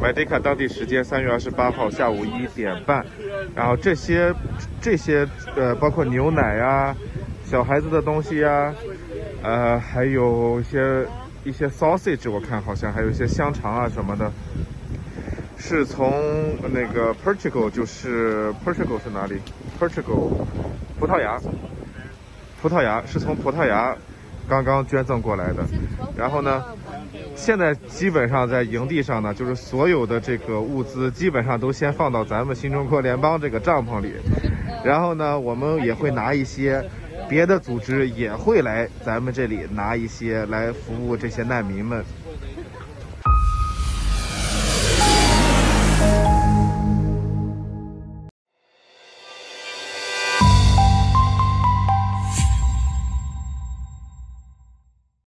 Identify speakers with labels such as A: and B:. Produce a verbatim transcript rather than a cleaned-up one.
A: 买迪卡当地时间三月二十八号下午一点半。然后这些这些呃，包括牛奶呀、小孩子的东西呀，呃，还有一些一些 sausage， 我看好像还有一些香肠啊什么的，是从那个 Portugal， 就是 Portugal 是哪里 ？Portugal， 葡萄牙，葡萄牙是从葡萄牙刚刚捐赠过来的。然后呢，现在基本上在营地上呢，就是所有的这个物资基本上都先放到咱们新中国联邦这个帐篷里，然后呢，我们也会拿一些，别的组织也会来咱们这里拿一些来服务这些难民们。